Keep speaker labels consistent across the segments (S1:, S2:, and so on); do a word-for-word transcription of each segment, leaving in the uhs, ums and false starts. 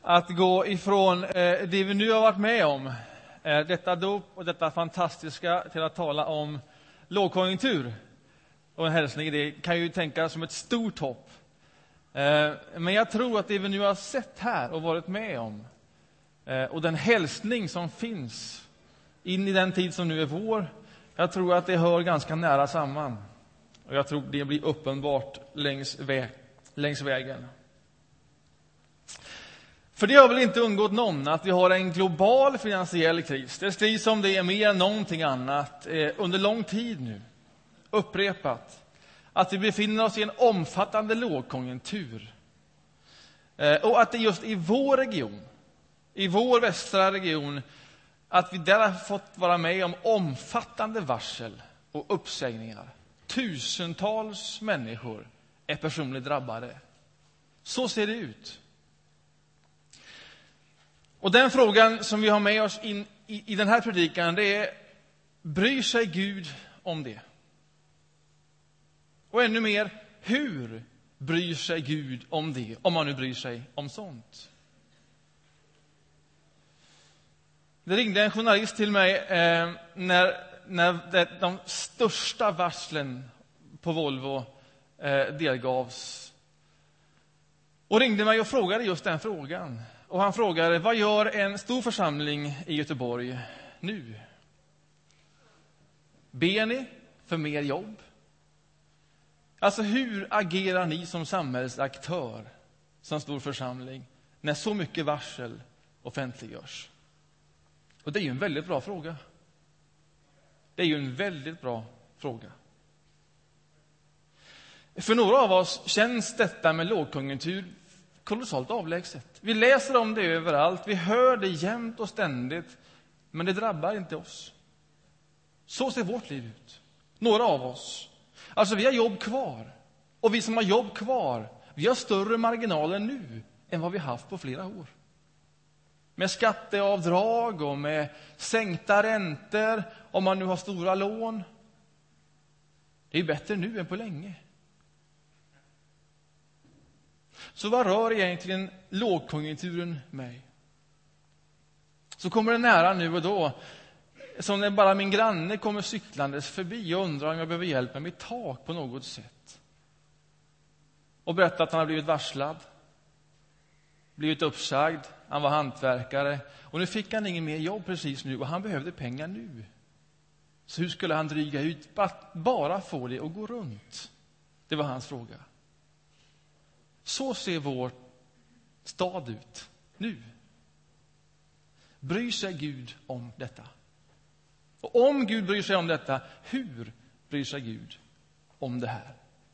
S1: att gå ifrån eh, det vi nu har varit med om, eh, detta dop och detta fantastiska, till att tala om lågkonjunktur. Och en hälsning i det kan ju tänkas som ett stort hopp. Eh, men jag tror att det vi nu har sett här och varit med om, eh, och den hälsning som finns in i den tid som nu är vår, jag tror att det hör ganska nära samman. Och jag tror det blir uppenbart längs, vä- längs vägen. För det har väl inte undgått någon att vi har en global finansiell kris. Det skrivs om det är mer än någonting annat eh, under lång tid nu. Upprepat. Att vi befinner oss i en omfattande lågkonjunktur. Eh, och att det just i vår region, i vår västra region, att vi där har fått vara med om omfattande varsel och uppsägningar. Tusentals människor är personligt drabbade. Så ser det ut. Och den frågan som vi har med oss in i, i den här predikan, det är: bryr sig Gud om det? Och ännu mer, hur bryr sig Gud om det, om man nu bryr sig om sånt? Det ringde en journalist till mig eh, när, när det, de största varslen på Volvo eh, delgavs. Och ringde mig och frågade just den frågan. Och han frågade: vad gör en stor församling i Göteborg nu? Ber ni för mer jobb? Alltså, hur agerar ni som samhällsaktör, som stor församling, när så mycket varsel offentliggörs? Och det är ju en väldigt bra fråga. Det är ju en väldigt bra fråga. För några av oss känns detta med lågkonjunktur kolossalt avlägset. Vi läser om det överallt, vi hör det jämt och ständigt, men det drabbar inte oss. Så ser vårt liv ut. Några av oss. Alltså, vi har jobb kvar. Och vi som har jobb kvar, vi har större marginaler nu än vad vi haft på flera år. Med skatteavdrag och med sänkta räntor, om man nu har stora lån. Det är bättre nu än på länge. Så vad rör egentligen lågkonjunkturen mig? Så kommer det nära nu och då, som när bara min granne kommer cyklandes förbi och undrar om jag behöver hjälp med mitt tak på något sätt. Och berättar att han har blivit varslad, blivit uppsagd, han var hantverkare. Och nu fick han ingen mer jobb precis nu och han behövde pengar nu. Så hur skulle han dryga ut, bara få det att gå runt? Det var hans fråga. Så ser vår stad ut nu. Bryr sig Gud om detta? Och om Gud bryr sig om detta, hur bryr sig Gud om det här?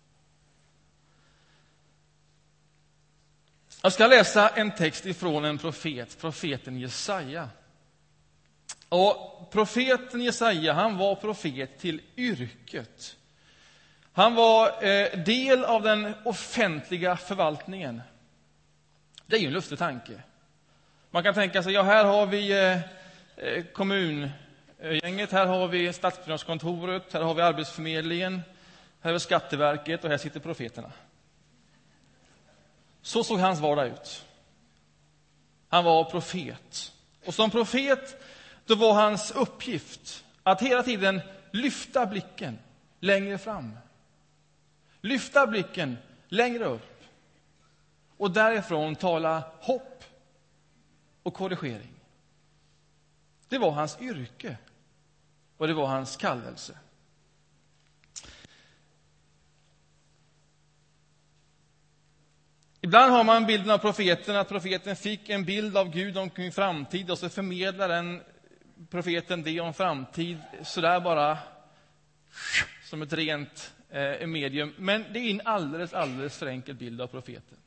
S1: Jag ska läsa en text ifrån en profet, profeten Jesaja. Och profeten Jesaja, han var profet till yrket. Han var eh, del av den offentliga förvaltningen. Det är ju en lustig tanke. Man kan tänka sig, ja, här har vi eh, kommungänget, här har vi stadsbyggnadskontoret, här har vi arbetsförmedlingen, här har vi Skatteverket och här sitter profeterna. Så såg hans vardag ut. Han var profet. Och som profet, då var hans uppgift att hela tiden lyfta blicken längre fram. Lyfta blicken längre upp. Och därifrån tala hopp och korrigering. Det var hans yrke. Och det var hans kallelse. Ibland har man bilden av profeten, att profeten fick en bild av Gud om framtid och så förmedlar den profeten det om framtid sådär bara som ett rent eh, medium. Men det är en alldeles, alldeles för enkel bild av profeten.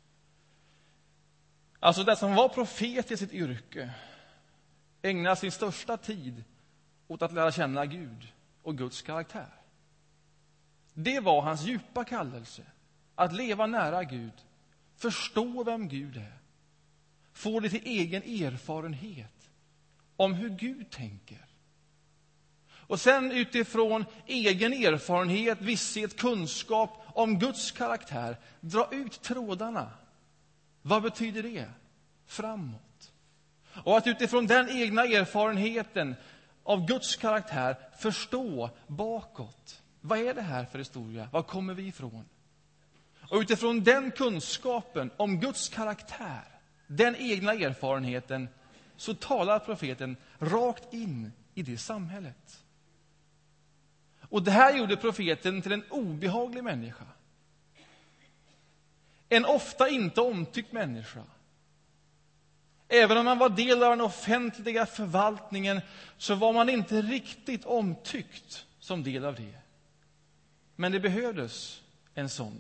S1: Alltså det som var profet i sitt yrke ägnar sin största tid åt att lära känna Gud och Guds karaktär. Det var hans djupa kallelse, att leva nära Gud, förstå vem Gud är, få det till egen erfarenhet om hur Gud tänker. Och sen utifrån egen erfarenhet, visshet, kunskap om Guds karaktär, dra ut trådarna. Vad betyder det? framåt. Och att utifrån den egna erfarenheten av Guds karaktär förstå bakåt. Vad är det här för historia? Var kommer vi ifrån? Och utifrån den kunskapen om Guds karaktär, den egna erfarenheten, så talar profeten rakt in i det samhället. Och det här gjorde profeten till en obehaglig människa. En ofta inte omtyckt människa. Även om man var del av den offentliga förvaltningen så var man inte riktigt omtyckt som del av det. Men det behövdes en sån.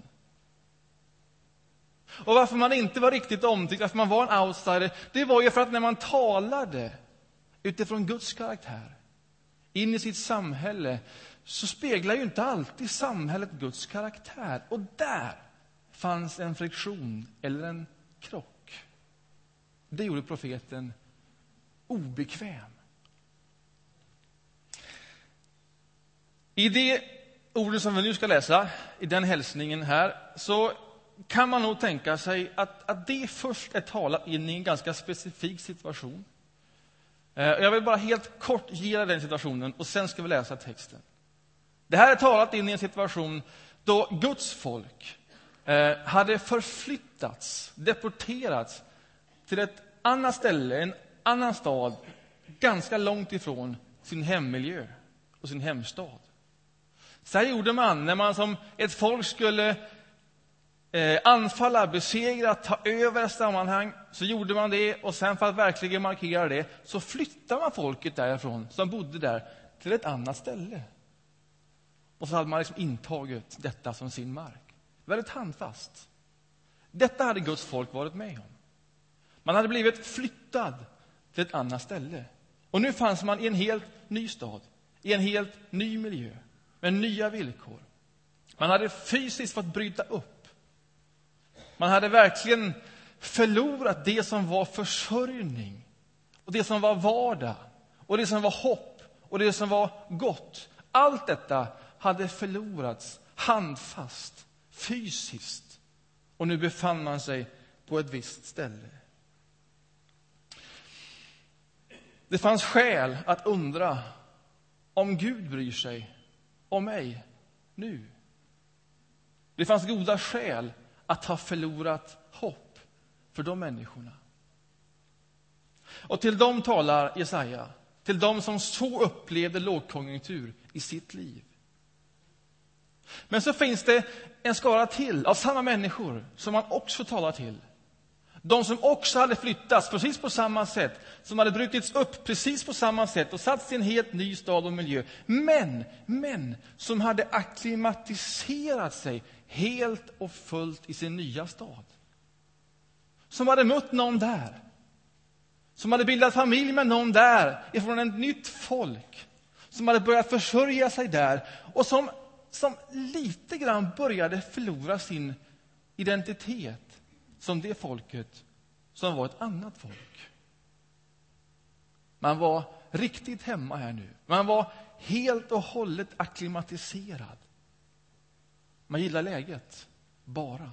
S1: Och varför man inte var riktigt omtyckt, varför man var en outsider, det var ju för att när man talade utifrån Guds karaktär in i sitt samhälle så speglar ju inte alltid samhället Guds karaktär. Och där fanns en friktion eller en krock. Det gjorde profeten obekväm. I det ordet som vi nu ska läsa, i den hälsningen här, så kan man nog tänka sig att, att det först är talat in i en ganska specifik situation. Jag vill bara helt kort ge den situationen och sen ska vi läsa texten. Det här är talat in i en situation då Guds folk eh, hade förflyttats, deporterats till ett annat ställe, en annan stad, ganska långt ifrån sin hemmiljö och sin hemstad. Så här gjorde man när man som ett folk skulle eh, anfalla, besegra, ta över ett sammanhang, så gjorde man det, och sen för att verkligen markera det så flyttade man folket därifrån som bodde där till ett annat ställe. Och så hade man liksom intagit detta som sin mark. Väldigt handfast. Detta hade Guds folk varit med om. Man hade blivit flyttad till ett annat ställe. Och nu fanns man i en helt ny stad, i en helt ny miljö, med nya villkor. Man hade fysiskt fått bryta upp. Man hade verkligen förlorat det som var försörjning, och det som var vardag, och det som var hopp, och det som var gott. Allt detta hade förlorats handfast, fysiskt. Och nu befann man sig på ett visst ställe. Det fanns skäl att undra om Gud bryr sig om mig nu. Det fanns goda skäl att ha förlorat hopp för de människorna. Och till dem talar Jesaja, till dem som så upplevde lågkonjunktur i sitt liv. Men så finns det en skara till av samma människor som man också talar till. De som också hade flyttats precis på samma sätt, som hade brutits upp precis på samma sätt och satts i en helt ny stad och miljö. Men, men som hade akklimatiserat sig helt och fullt i sin nya stad. Som hade mött någon där. Som hade bildat familj med någon där ifrån ett nytt folk. Som hade börjat försörja sig där. Och som, som lite grann började förlora sin identitet som det folket som var ett annat folk. Man var riktigt hemma här nu. Man var helt och hållet akklimatiserad. Man gillar läget, bara.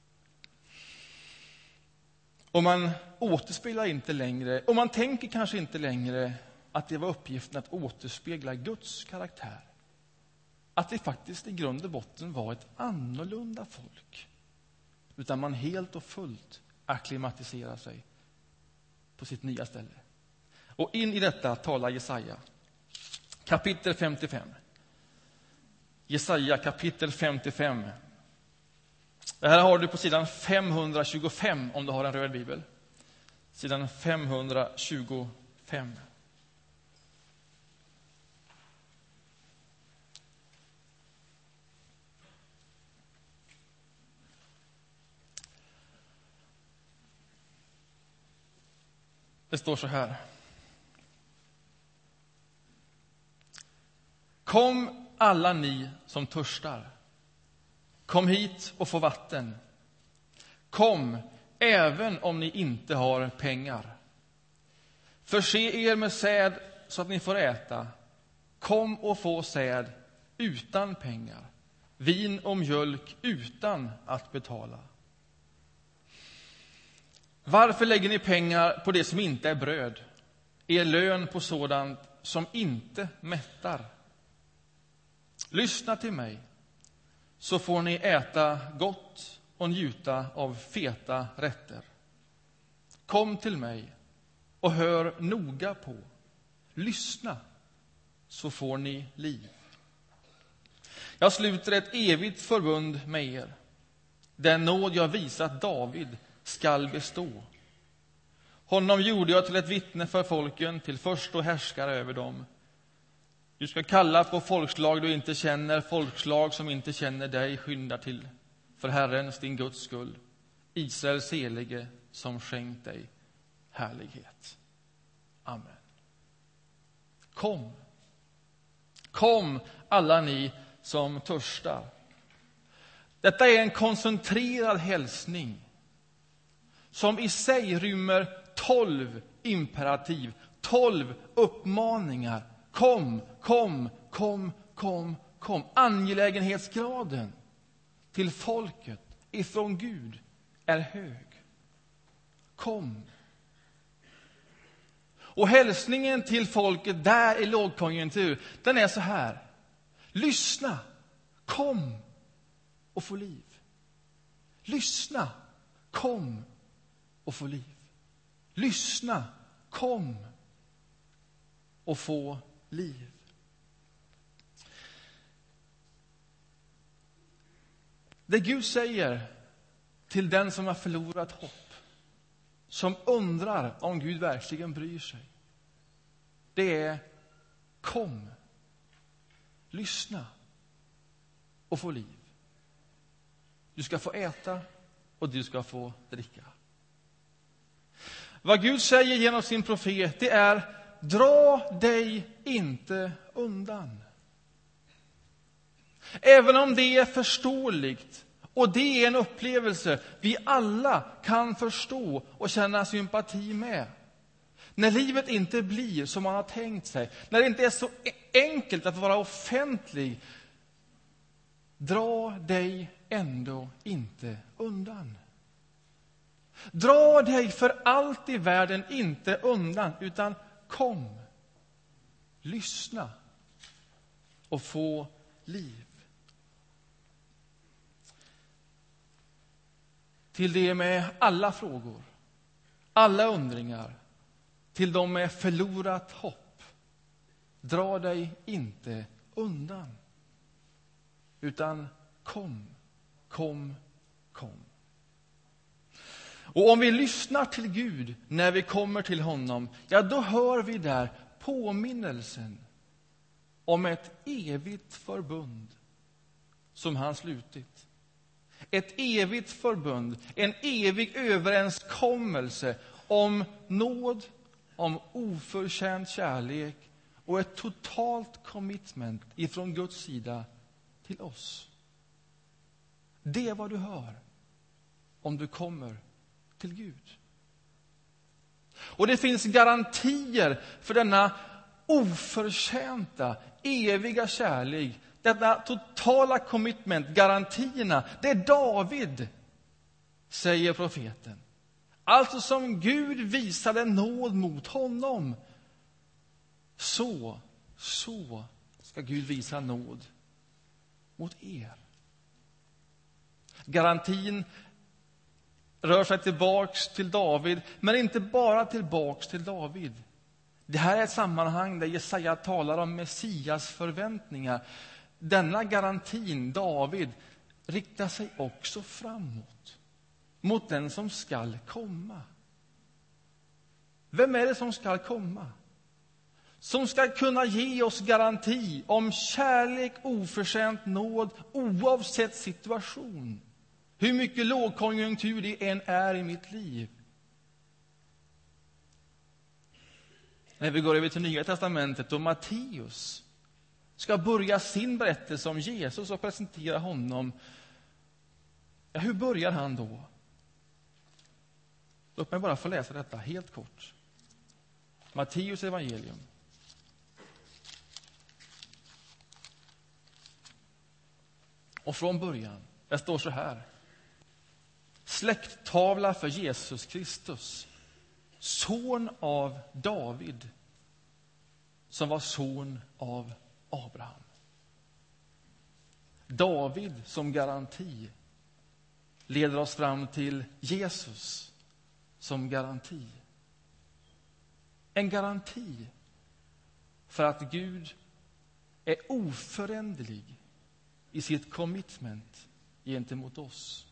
S1: Och man återspelar inte längre, och man tänker kanske inte längre att det var uppgiften att återspegla Guds karaktär. Att det faktiskt i grund och botten var ett annorlunda folk. Utan man helt och fullt akklimatiserar sig på sitt nya ställe. Och in i detta talar Jesaja. Kapitel femtiofem. Jesaja kapitel femtiofem. Det här har du på sidan femhundratjugofem om du har en röd bibel. Sidan femhundratjugofem. Det står så här. Kom alla ni som törstar. Kom hit och få vatten. Kom även om ni inte har pengar. Förse er med säd så att ni får äta. Kom och få säd utan pengar. Vin och mjölk utan att betala. Varför lägger ni pengar på det som inte är bröd, er lön på sådant som inte mättar? Lyssna till mig, så får ni äta gott och njuta av feta rätter. Kom till mig och hör noga på. Lyssna, så får ni liv. Jag sluter ett evigt förbund med er. Den nåd jag visat David skall bestå. Honom gjorde jag till ett vittne för folken, till först och härskare över dem. Du ska kalla på folkslag du inte känner, folkslag som inte känner dig, skynda till för Herrens, din Guds skull, Israels helige som skänkt dig härlighet. Amen. Kom, kom alla ni som törstar. Detta är en koncentrerad hälsning som i sig rymmer tolv imperativ, tolv uppmaningar. Kom, kom, kom, kom, kom. Angelägenhetsgraden till folket ifrån Gud är hög. Kom. Och hälsningen till folket där i lågkonjunktur, den är så här. Lyssna, kom och få liv. Lyssna, kom och få liv. Lyssna, kom och få liv. Det Gud säger till den som har förlorat hopp, som undrar om Gud verkligen bryr sig, det är: kom, lyssna och få liv. Du ska få äta och du ska få dricka. Vad Gud säger genom sin profet, det är: dra dig inte undan. Även om det är förståeligt och det är en upplevelse vi alla kan förstå och känna sympati med. När livet inte blir som man har tänkt sig, när det inte är så enkelt att vara offentlig, dra dig ändå inte undan. Dra dig för allt i världen inte undan, utan kom, lyssna och få liv. Till det med alla frågor, alla undringar, till de med förlorat hopp, dra dig inte undan, utan kom, kom, kom. Och om vi lyssnar till Gud när vi kommer till honom, ja, då hör vi där påminnelsen om ett evigt förbund som han slutit. Ett evigt förbund, en evig överenskommelse om nåd, om oförtjänt kärlek och ett totalt commitment ifrån Guds sida till oss. Det är vad du hör om du kommer till Gud. Och det finns garantier för denna oförtjänta, eviga kärlek, detta totala commitment, garantierna. Det är David, säger profeten. Alltså som Gud visade nåd mot honom, så, så ska Gud visa nåd mot er. Garantin rör sig tillbaks till David, men inte bara tillbaks till David. Det här är ett sammanhang där Jesaja talar om Messias förväntningar. Denna garantin, David, riktar sig också framåt, mot den som skall komma. Vem är det som skall komma? Som ska kunna ge oss garanti om kärlek, oförtjänt nåd, oavsett situation. Hur mycket lågkonjunktur det än är i mitt liv. När vi går över till Nya testamentet och Matteus ska börja sin berättelse om Jesus och presentera honom. Ja, hur börjar han då? Låt mig bara få läsa detta helt kort. Matteus evangelium. Och från början, det står så här. släkttavla för Jesus Kristus, son av David, som var son av Abraham. David som garanti leder oss fram till Jesus som garanti. En garanti för att Gud är oföränderlig i sitt commitment gentemot oss.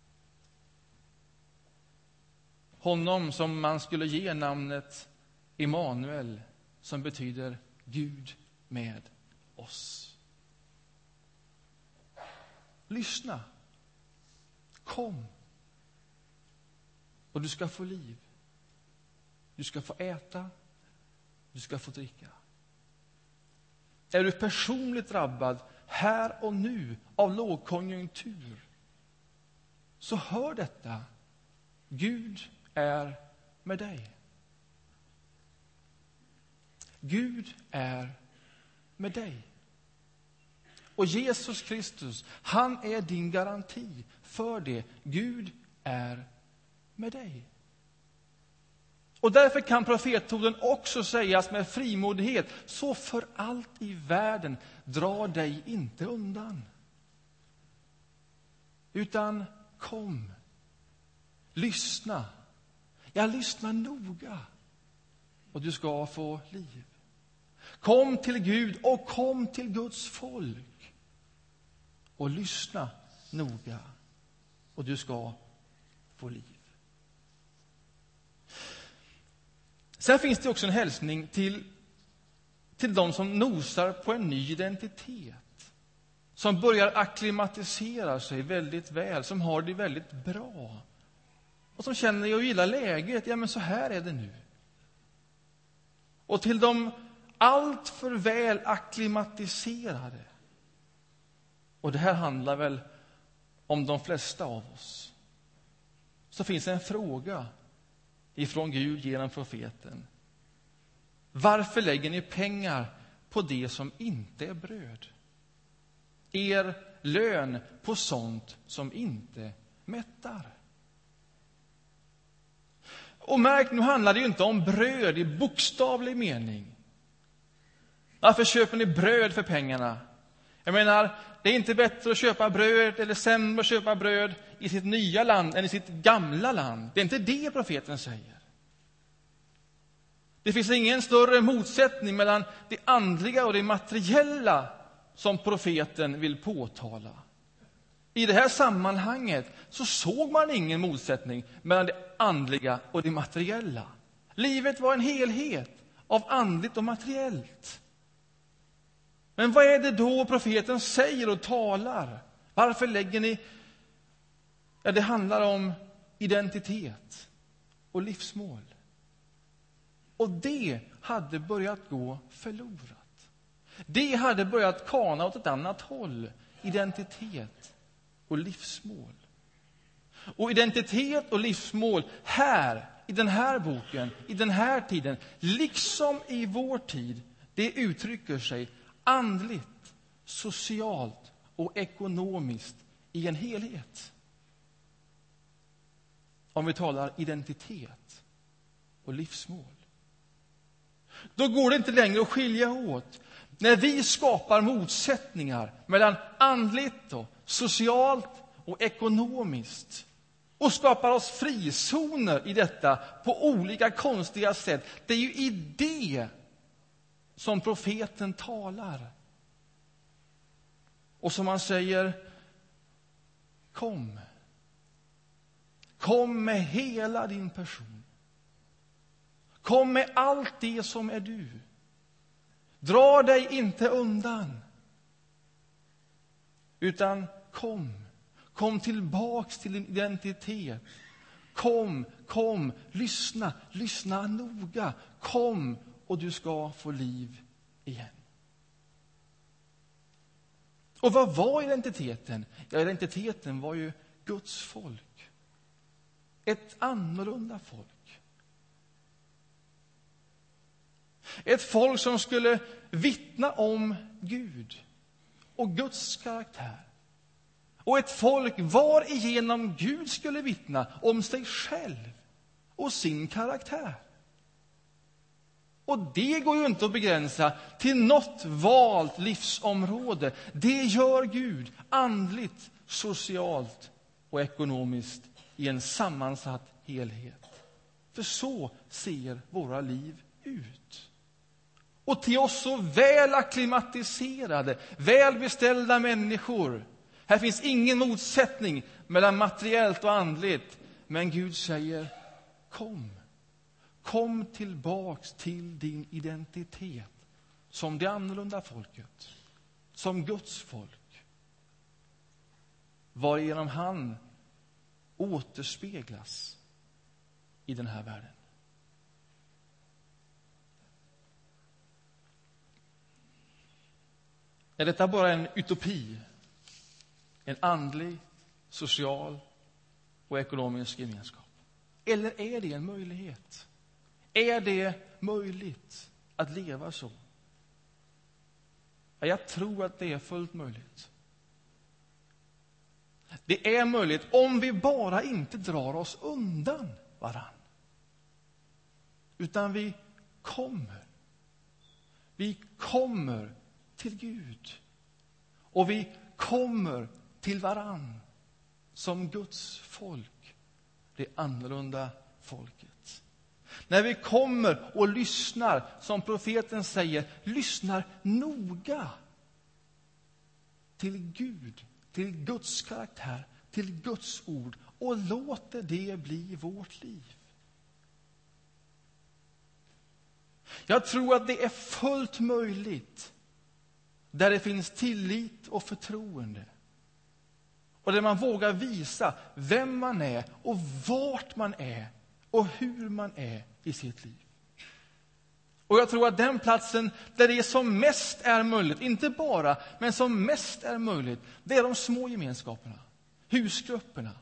S1: Honom som man skulle ge namnet Immanuel, som betyder Gud med oss. Lyssna. Kom. Och du ska få liv. Du ska få äta. Du ska få dricka. Är du personligt drabbad här och nu av lågkonjunktur, så hör detta. Gud är med dig. Gud är med dig. Och Jesus Kristus, han är din garanti för det. Gud är med dig. Och därför kan profetorden också sägas med frimodighet: så för allt i världen, dra dig inte undan. Utan kom, lyssna. Ja, lyssna noga, och du ska få liv. Kom till Gud och kom till Guds folk. Och lyssna noga, och du ska få liv. Sen finns det också en hälsning till, till de som nosar på en ny identitet. Som börjar akklimatisera sig väldigt väl, som har det väldigt bra. Och som känner och gillar läget. Ja, men så här är det nu. Och till de allt för väl akklimatiserade. Och det här handlar väl om de flesta av oss. Så finns en fråga ifrån Gud genom profeten. Varför lägger ni pengar på det som inte är bröd? Er lön på sånt som inte mättar. Och märk, nu handlar det ju inte om bröd i bokstavlig mening. Varför köper ni bröd för pengarna? Jag menar, det är inte bättre att köpa bröd eller sämre att köpa bröd i sitt nya land än i sitt gamla land. Det är inte det profeten säger. Det finns ingen större motsättning mellan det andliga och det materiella som profeten vill påtala. I det här sammanhanget så såg man ingen motsättning mellan det andliga och det materiella. Livet var en helhet av andligt och materiellt. Men vad är det då profeten säger och talar? Varför lägger ni... Ja, det handlar om identitet och livsmål. Och det hade börjat gå förlorat. Det hade börjat kana åt ett annat håll. Identitet och livsmål. Och identitet och livsmål här, i den här boken, i den här tiden, liksom i vår tid, det uttrycker sig andligt, socialt och ekonomiskt i en helhet. Om vi talar identitet och livsmål. Då går det inte längre att skilja åt. När vi skapar motsättningar mellan andligt och socialt och ekonomiskt och skapar oss frizoner i detta på olika konstiga sätt. Det är ju i det som profeten talar. Och som han säger: kom. Kom med hela din person. Kom med allt det som är du. Dra dig inte undan. Utan kom. Kom tillbaks till din identitet. Kom, kom, lyssna, lyssna noga. Kom och du ska få liv igen. Och vad var identiteten? Ja, identiteten var ju Guds folk. Ett annorlunda folk. Ett folk som skulle vittna om Gud och Guds karaktär. Och ett folk var igenom Gud skulle vittna om sig själv och sin karaktär. Och det går ju inte att begränsa till något valt livsområde. Det gör Gud andligt, socialt och ekonomiskt i en sammansatt helhet. För så ser våra liv ut. Och till oss så väl akklimatiserade, välbeställda människor. Här finns ingen motsättning mellan materiellt och andligt. Men Gud säger, kom. Kom tillbaks till din identitet som det annorlunda folket, som Guds folk. Varigenom han återspeglas i den här världen. Är detta bara en utopi? En andlig, social och ekonomisk gemenskap? Eller är det en möjlighet? Är det möjligt att leva så? Ja, jag tror att det är fullt möjligt. Det är möjligt om vi bara inte drar oss undan varann. Utan vi kommer. Vi kommer till Gud. Och vi kommer till varann som Guds folk. Det annorlunda folket. När vi kommer och lyssnar, som profeten säger, lyssnar noga till Gud, till Guds karaktär, till Guds ord och låter det bli vårt liv. Jag tror att det är fullt möjligt där det finns tillit och förtroende. Och där man vågar visa vem man är och vart man är och hur man är i sitt liv. Och jag tror att den platsen där det som mest är möjligt, inte bara, men som mest är möjligt, det är de små gemenskaperna, husgrupperna.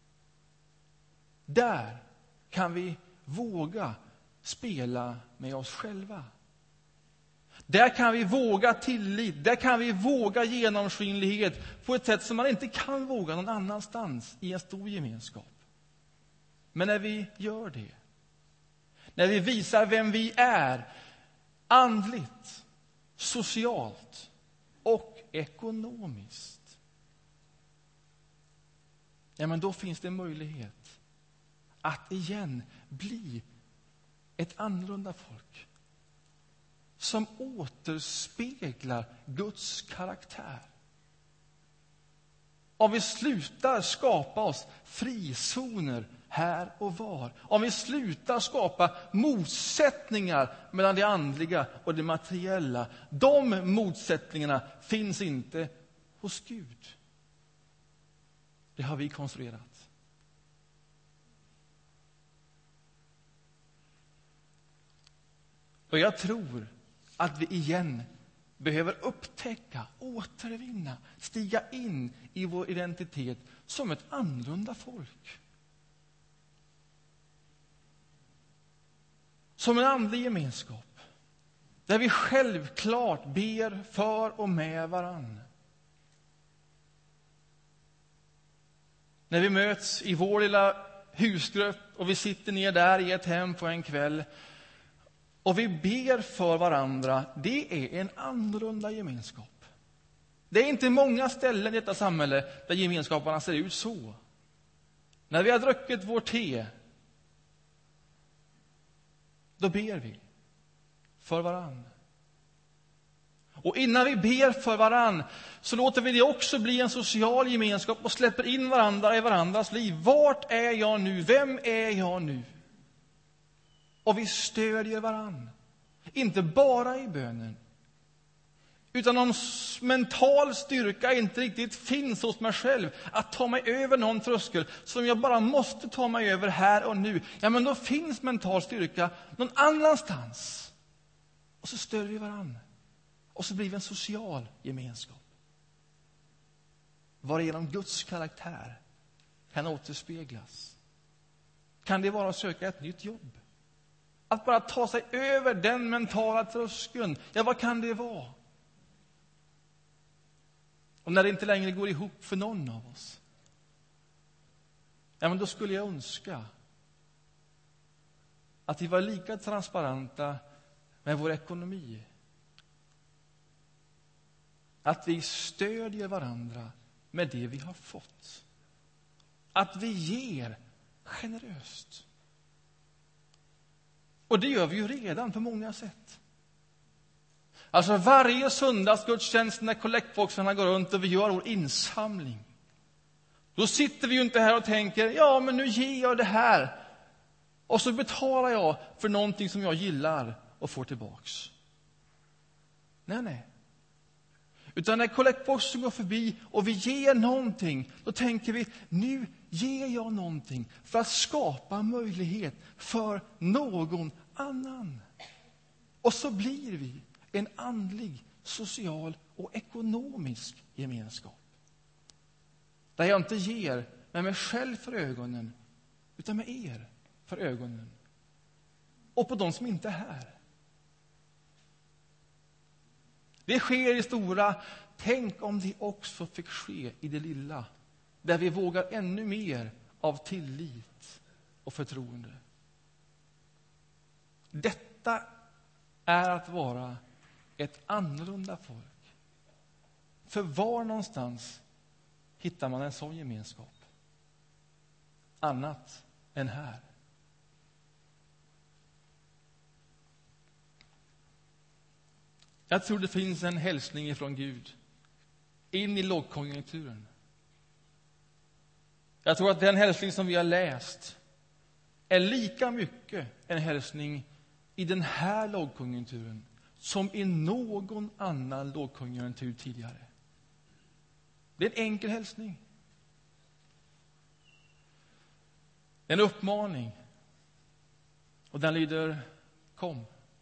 S1: Där kan vi våga spela med oss själva. Där kan vi våga tillit, där kan vi våga genomskinlighet på ett sätt som man inte kan våga någon annanstans i en stor gemenskap. Men när vi gör det, när vi visar vem vi är, andligt, socialt och ekonomiskt, ja, men då finns det möjlighet att igen bli ett annorlunda folk som återspeglar Guds karaktär. Om vi slutar skapa oss frizoner här och var. Om vi slutar skapa motsättningar mellan det andliga och det materiella. De motsättningarna finns inte hos Gud. Det har vi konstruerat. Och jag tror att vi igen behöver upptäcka, återvinna, stiga in i vår identitet som ett annorlunda folk. Som en andlig gemenskap. Där vi självklart ber för och med varann. När vi möts i vår lilla husgrupp och vi sitter ner där i ett hem på en kväll och vi ber för varandra, det är en annorlunda gemenskap. Det är inte många ställen i detta samhälle där gemenskaperna ser ut så. När vi har druckit vår te, då ber vi för varann. Och innan vi ber för varann så låter vi det också bli en social gemenskap och släpper in varandra i varandras liv. Vart är jag nu? Vem är jag nu? Och vi stödjer varann. Inte bara i bönen. Utan om mental styrka inte riktigt finns hos mig själv att ta mig över någon tröskel som jag bara måste ta mig över här och nu. Ja, men då finns mental styrka någon annanstans. Och så stödjer vi varann. Och så blir vi en social gemenskap. Varigenom Guds karaktär kan återspeglas. Kan det vara att söka ett nytt jobb? Att bara ta sig över den mentala tröskeln. Ja, vad kan det vara? Och när det inte längre går ihop för någon av oss, ja, men då skulle jag önska att vi var lika transparenta med vår ekonomi. Att vi stödjer varandra med det vi har fått. Att vi ger generöst. Och det gör vi ju redan på många sätt. Alltså varje söndagsgudstjänst när kollektboxarna går runt och vi gör vår insamling, då sitter vi ju inte här och tänker, ja men nu ger jag det här och så betalar jag för någonting som jag gillar och får tillbaks. Nej, nej. Utan när kollektboxen går förbi och vi ger någonting, då tänker vi, nu ger jag någonting för att skapa möjlighet för någon annan. Och så blir vi en andlig, social och ekonomisk gemenskap. Där jag inte ger med mig själv för ögonen, utan med er för ögonen. Och på de som inte är här. Det sker i stora. Tänk om det också fick ske i det lilla. Där vi vågar ännu mer av tillit och förtroende. Detta är att vara ett annorlunda folk. För var någonstans hittar man en sån gemenskap? Annat än här. Jag tror det finns en hälsning ifrån Gud in i lågkonjunkturen. Jag tror att den hälsning som vi har läst är lika mycket en hälsning i den här lågkonjunkturen som i någon annan lågkonjunktur tidigare. Det är en enkel hälsning. En uppmaning. Och den lyder, kom.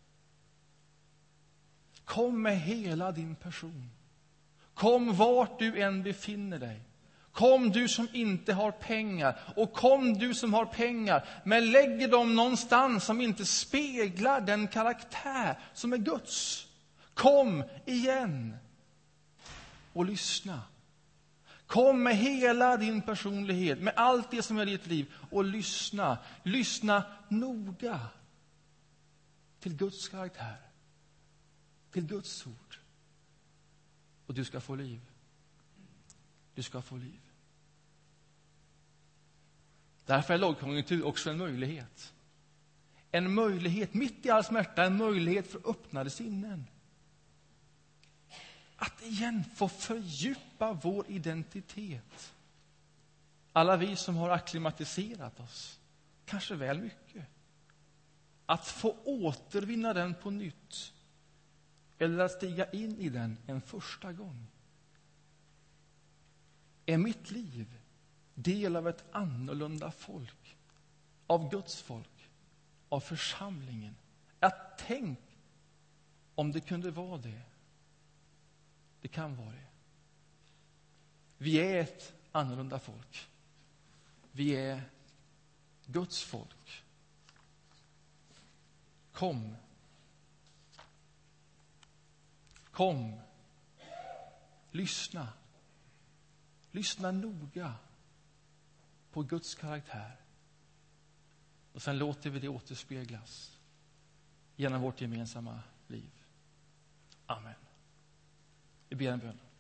S1: Kom med hela din person. Kom vart du än befinner dig. Kom du som inte har pengar. Och kom du som har pengar. Men lägger dem någonstans som inte speglar den karaktär som är Guds. Kom igen. Och lyssna. Kom med hela din personlighet. Med allt det som är ditt liv. Och lyssna. Lyssna noga. Till Guds karaktär. Till Guds ord. Och du ska få liv. Du ska få liv. Därför är lågkonjunktur också en möjlighet. En möjlighet, mitt i all smärta, en möjlighet för öppnade sinnen. Att igen få fördjupa vår identitet. Alla vi som har akklimatiserat oss, kanske väl mycket. Att få återvinna den på nytt. Eller att stiga in i den en första gång. Är mitt liv del av ett annorlunda folk? Av Guds folk? Av församlingen? Att tänk om det kunde vara det. Det kan vara det. Vi är ett annorlunda folk. Vi är Guds folk. Kom. Kom. Lyssna. Lyssna noga på Guds karaktär. Och sen låter vi det återspeglas genom vårt gemensamma liv. Amen. Vi ber en bön.